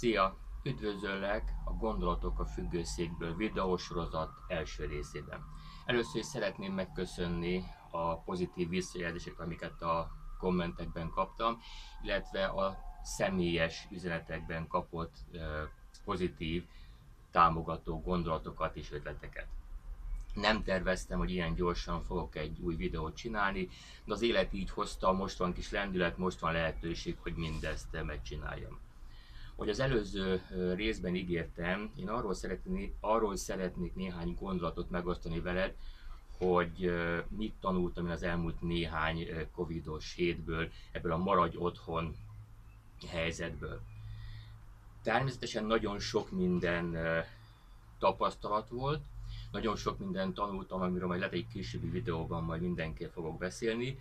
Szia! Üdvözöllek a Gondolatok a függőszékből videósorozat első részében. Először is szeretném megköszönni a pozitív visszajelzéseket, amiket a kommentekben kaptam, illetve a személyes üzenetekben kapott pozitív, támogató gondolatokat és ötleteket. Nem terveztem, hogy ilyen gyorsan fogok egy új videót csinálni, de az élet így hozta, most van kis lendület, most van lehetőség, hogy mindezt megcsináljam. Hogy az előző részben ígértem, én arról szeretnék néhány gondolatot megosztani veled, hogy mit tanultam én az elmúlt néhány covidos hétből, ebből a maradj otthon helyzetből. Természetesen nagyon sok minden tapasztalat volt, nagyon sok mindent tanultam, amiről majd lehet egy későbbi videóban majd mindenképp fogok beszélni.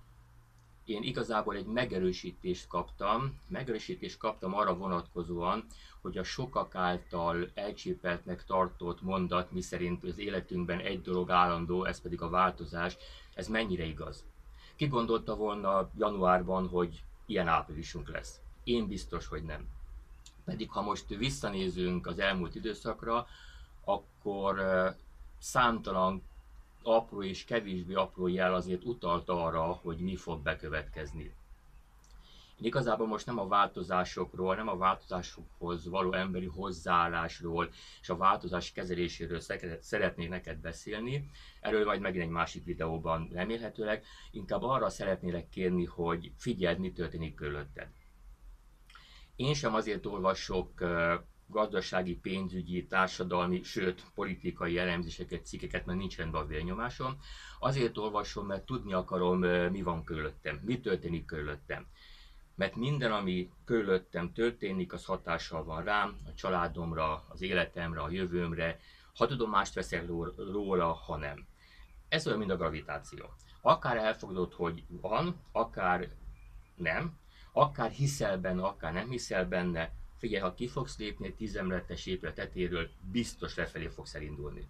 Én igazából egy megerősítést kaptam arra vonatkozóan, hogy a sokak által elcsépeltnek tartott mondat, miszerint az életünkben egy dolog állandó, ez pedig a változás, ez mennyire igaz. Ki gondolta volna januárban, hogy ilyen áprilisunk lesz? Én biztos, hogy nem. Pedig ha most visszanézünk az elmúlt időszakra, akkor számtalan apró és kevésbé apró jel azért utalt arra, hogy mi fog bekövetkezni. Én igazából most nem a változásokról, nem a változásokhoz való emberi hozzáállásról és a változás kezeléséről szeretnék neked beszélni. Erről majd megint egy másik videóban remélhetőleg. Inkább arra szeretnélek kérni, hogy figyeld, mi történik körülötted. Én sem azért olvasok gazdasági, pénzügyi, társadalmi, sőt politikai elemzéseket, cikkeket, mert nincs rendben a vérnyomásom. Azért olvasom, mert tudni akarom, mi van körülöttem, mi történik körülöttem. Mert minden, ami körülöttem történik, az hatással van rám, a családomra, az életemre, a jövőmre, ha tudomást veszek róla, ha nem. Ez olyan, mint a gravitáció. Akár elfogadod, hogy van, akár nem, akár hiszel benne, akár nem hiszel benne, figyelj, ha ki fogsz lépni egy 10 emeletes épület tetejéről, biztos lefelé fogsz elindulni.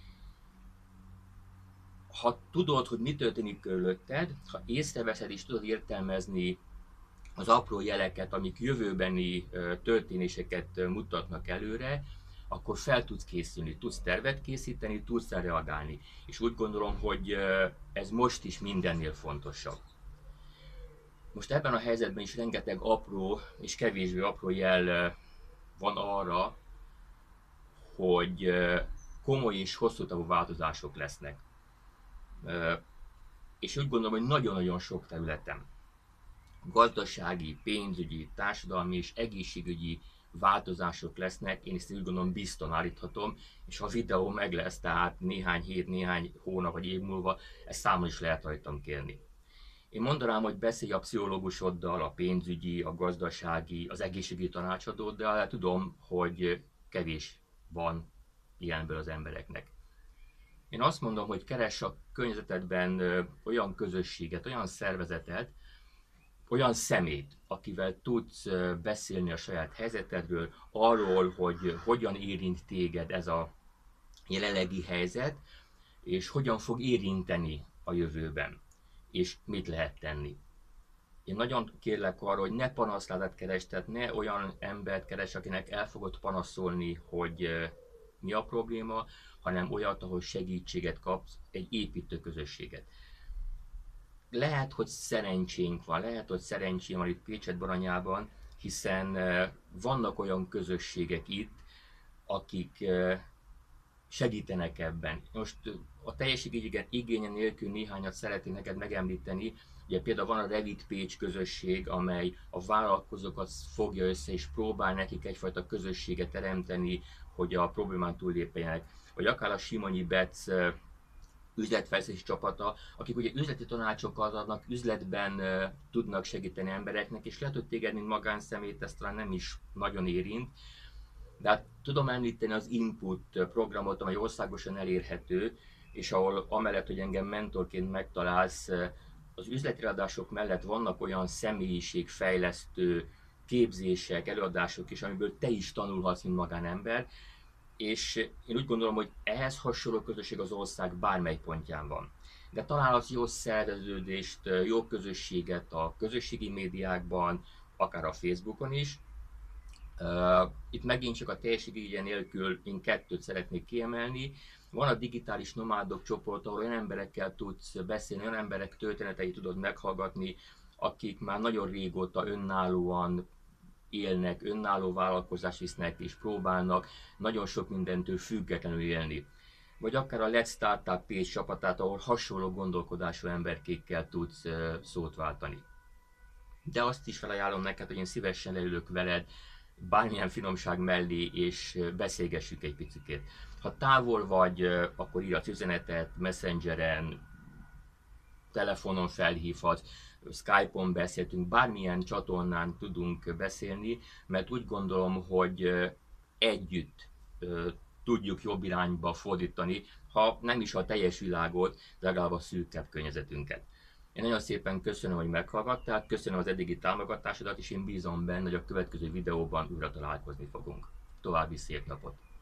Ha tudod, hogy mi történik körülötted, ha észreveszed és tudod értelmezni az apró jeleket, amik jövőbeni történéseket mutatnak előre, akkor fel tudsz készülni, tudsz tervet készíteni, tudsz rá reagálni. És úgy gondolom, hogy ez most is mindennél fontosabb. Most ebben a helyzetben is rengeteg apró és kevésbé apró jel van arra, hogy komoly és hosszú távú változások lesznek. És úgy gondolom, hogy nagyon-nagyon sok területen gazdasági, pénzügyi, társadalmi és egészségügyi változások lesznek, én ezt úgy gondolom biztosan állíthatom, és ha a videó meg lesz, tehát néhány hét, néhány hónap vagy év múlva, ezt számon is lehet rajtam kérni. Én mondanám, hogy beszélj a pszichológusoddal, a pénzügyi, a gazdasági, az egészségügyi tanácsadóddal, de tudom, hogy kevés van ilyenből az embereknek. Én azt mondom, hogy keress a környezetedben olyan közösséget, olyan szervezetet, olyan szemét, akivel tudsz beszélni a saját helyzetedről, arról, hogy hogyan érint téged ez a jelenlegi helyzet, és hogyan fog érinteni a jövőben, és mit lehet tenni. Én nagyon kérlek arra, hogy ne panaszládat keresd, tehát ne olyan embert keres, akinek el fogod panaszolni, hogy mi a probléma, hanem olyat, ahol segítséget kapsz, egy építő közösséget. Lehet, hogy szerencsénk van, lehet, hogy szerencsém van itt Pécset-Baranyában, hiszen vannak olyan közösségek itt, akik segítenek ebben. Most a teljeség igénye nélkül néhányat szeretnék neked megemlíteni. Ugye például van a Revit Pécs közösség, amely a vállalkozókat fogja össze és próbál nekik egyfajta közösséget teremteni, hogy a problémán túllépjenek. Vagy akár a Simonyi Bec üzletfejlesztési csapata, akik ugye üzleti tanácsokat adnak, üzletben tudnak segíteni embereknek, és lehet, hogy téged, mint magánszemélyt, ez talán nem is nagyon érint, de hát tudom említeni az Input programot, amely országosan elérhető, és ahol amellett, hogy engem mentorként megtalálsz, az üzletiradások mellett vannak olyan személyiségfejlesztő képzések, előadások is, amiből te is tanulhatsz, mint magánember, és én úgy gondolom, hogy ehhez hasonló közösség az ország bármely pontján van. De találhatsz jó szerveződést, jó közösséget a közösségi médiákban, akár a Facebookon is, Itt megint csak a teljességigénye nélkül én kettőt szeretnék kiemelni. Van a digitális nomádok csoport, ahol olyan emberekkel tudsz beszélni, olyan emberek történeteit tudod meghallgatni, akik már nagyon régóta önállóan élnek, önálló vállalkozást visznek és próbálnak nagyon sok mindentől függetlenül élni. Vagy akár a Let's Startup Page csapatát, ahol hasonló gondolkodású emberkékkel tudsz szót váltani. De azt is felajánlom neked, hogy én szívesen leülök veled bármilyen finomság mellé, és beszélgessük egy picit. Ha távol vagy, akkor írhatsz üzenetet, Messengeren, telefonon felhívhatsz, Skype-on beszéltünk, bármilyen csatornán tudunk beszélni, mert úgy gondolom, hogy együtt tudjuk jobb irányba fordítani, ha nem is a teljes világot, de legalább a szűkebb környezetünket. Én nagyon szépen köszönöm, hogy meghallgattál, köszönöm az eddigi támogatásodat, és én bízom benne, hogy a következő videóban újra találkozni fogunk. További szép napot!